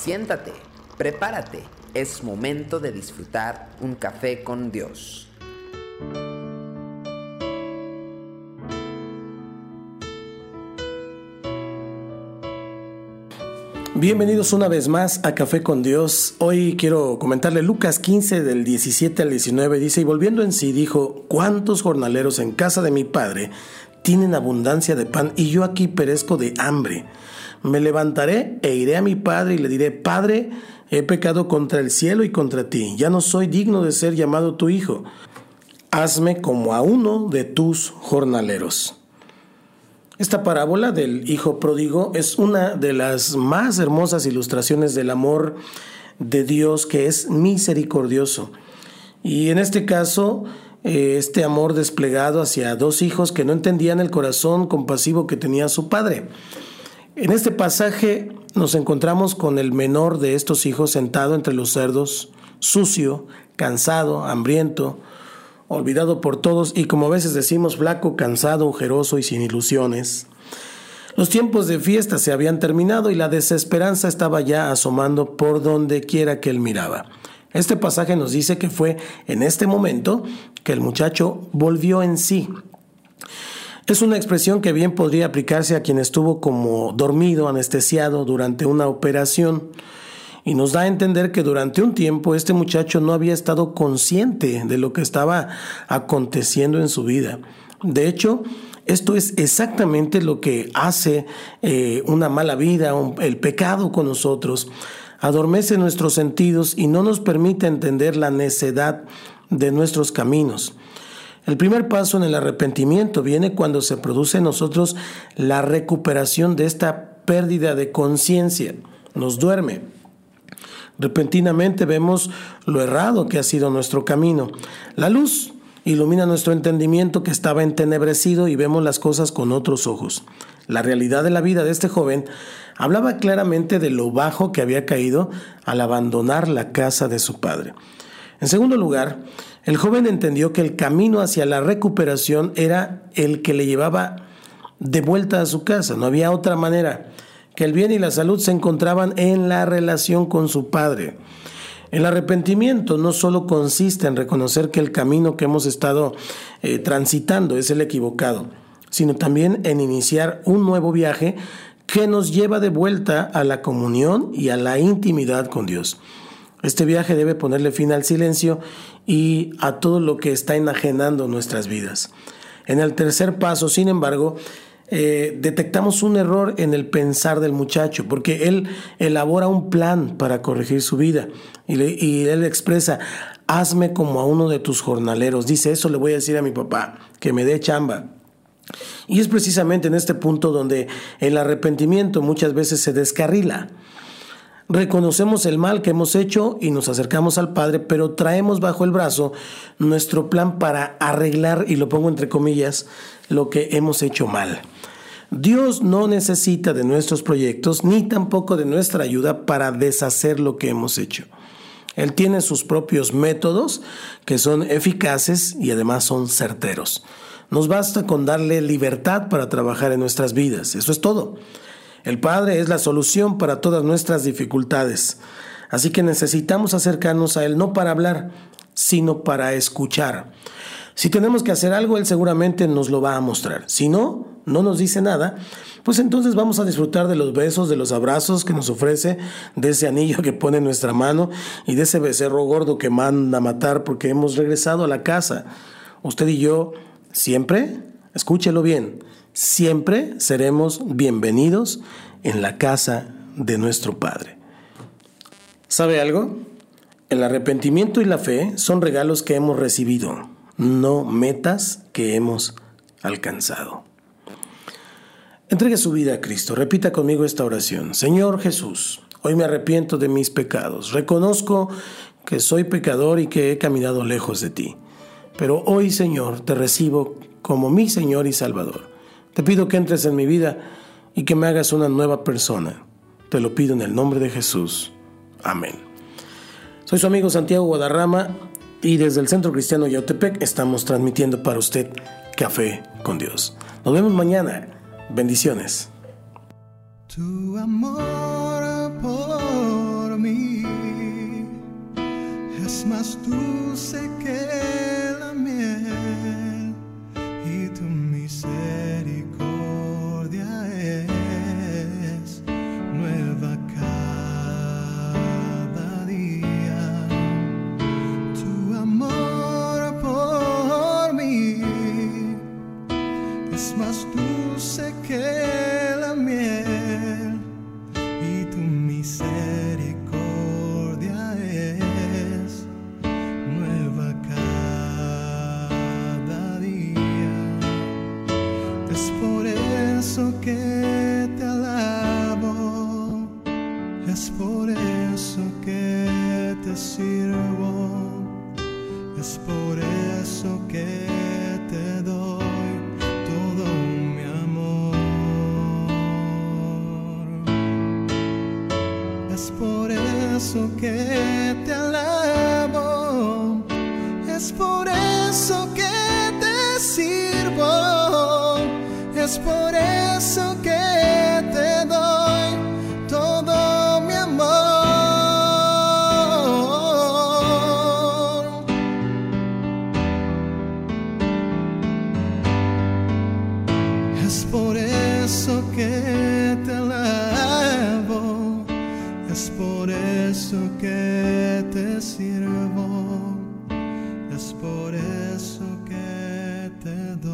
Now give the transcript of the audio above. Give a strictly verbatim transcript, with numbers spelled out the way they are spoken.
Siéntate, prepárate, es momento de disfrutar un café con Dios. Bienvenidos una vez más a Café con Dios. Hoy quiero comentarle Lucas quince del diecisiete al diecinueve. Dice, y volviendo en sí dijo, ¿cuántos jornaleros en casa de mi padre tienen abundancia de pan y yo aquí perezco de hambre? Me levantaré e iré a mi padre y le diré, Padre, he pecado contra el cielo y contra ti. Ya no soy digno de ser llamado tu hijo. Hazme como a uno de tus jornaleros. Esta parábola del hijo pródigo es una de las más hermosas ilustraciones del amor de Dios, que es misericordioso. Y en este caso, este amor desplegado hacia dos hijos que no entendían el corazón compasivo que tenía su padre. En este pasaje nos encontramos con el menor de estos hijos sentado entre los cerdos, sucio, cansado, hambriento, olvidado por todos y, como a veces decimos, flaco, cansado, ojeroso y sin ilusiones. Los tiempos de fiesta se habían terminado y la desesperanza estaba ya asomando por donde quiera que él miraba. Este pasaje nos dice que fue en este momento que el muchacho volvió en sí. Es una expresión que bien podría aplicarse a quien estuvo como dormido, anestesiado durante una operación. Y nos da a entender que durante un tiempo este muchacho no había estado consciente de lo que estaba aconteciendo en su vida. De hecho, esto es exactamente lo que hace eh, una mala vida, un, el pecado con nosotros. Adormece nuestros sentidos y no nos permite entender la necedad de nuestros caminos. El primer paso en el arrepentimiento viene cuando se produce en nosotros la recuperación de esta pérdida de conciencia. Nos duerme. Repentinamente vemos lo errado que ha sido nuestro camino. La luz ilumina nuestro entendimiento que estaba entenebrecido y vemos las cosas con otros ojos. La realidad de la vida de este joven hablaba claramente de lo bajo que había caído al abandonar la casa de su padre. En segundo lugar, el joven entendió que el camino hacia la recuperación era el que le llevaba de vuelta a su casa. No había otra manera, que el bien y la salud se encontraban en la relación con su padre. El arrepentimiento no solo consiste en reconocer que el camino que hemos estado eh, transitando es el equivocado, sino también en iniciar un nuevo viaje que nos lleva de vuelta a la comunión y a la intimidad con Dios. Este viaje debe ponerle fin al silencio y a todo lo que está enajenando nuestras vidas. En el tercer paso, sin embargo, eh, detectamos un error en el pensar del muchacho, porque él elabora un plan para corregir su vida y, le, y él expresa, hazme como a uno de tus jornaleros. Dice, eso le voy a decir a mi papá, que me dé chamba. Y es precisamente en este punto donde el arrepentimiento muchas veces se descarrila. Reconocemos el mal que hemos hecho y nos acercamos al Padre, pero traemos bajo el brazo nuestro plan para arreglar, y lo pongo entre comillas, lo que hemos hecho mal. Dios no necesita de nuestros proyectos ni tampoco de nuestra ayuda para deshacer lo que hemos hecho. Él tiene sus propios métodos que son eficaces y además son certeros. Nos basta con darle libertad para trabajar en nuestras vidas. Eso es todo. El Padre es la solución para todas nuestras dificultades. Así que necesitamos acercarnos a Él no para hablar, sino para escuchar. Si tenemos que hacer algo, Él seguramente nos lo va a mostrar. Si no, no nos dice nada, pues entonces vamos a disfrutar de los besos, de los abrazos que nos ofrece, de ese anillo que pone en nuestra mano y de ese becerro gordo que manda a matar porque hemos regresado a la casa. Usted y yo siempre, escúchelo bien, siempre seremos bienvenidos en la casa de nuestro Padre. ¿Sabe algo? El arrepentimiento y la fe son regalos que hemos recibido, no metas que hemos alcanzado. Entregue su vida a Cristo. Repita conmigo esta oración. Señor Jesús, hoy me arrepiento de mis pecados. Reconozco que soy pecador y que he caminado lejos de ti. Pero hoy, Señor, te recibo como mi Señor y Salvador. Te pido que entres en mi vida y que me hagas una nueva persona. Te lo pido en el nombre de Jesús. Amén. Soy su amigo Santiago Guadarrama y desde el Centro Cristiano Yautepec estamos transmitiendo para usted Café con Dios. Nos vemos mañana. Bendiciones. Tu amor por por mí es más dulce que la miel, y tu misericordia es nueva cada día. Tu amor por mí es más dulce que la miel, y tu misericordia es nueva cada día. Es por eso que te alabo, es por eso que te sirvo, es por eso que te doy todo mi amor. Es por eso que te alabo, es por eso que te sirvo, es por eso que te doy todo mi amor. Es por eso que te alabo, es por eso que te sirvo, es por eso que te doy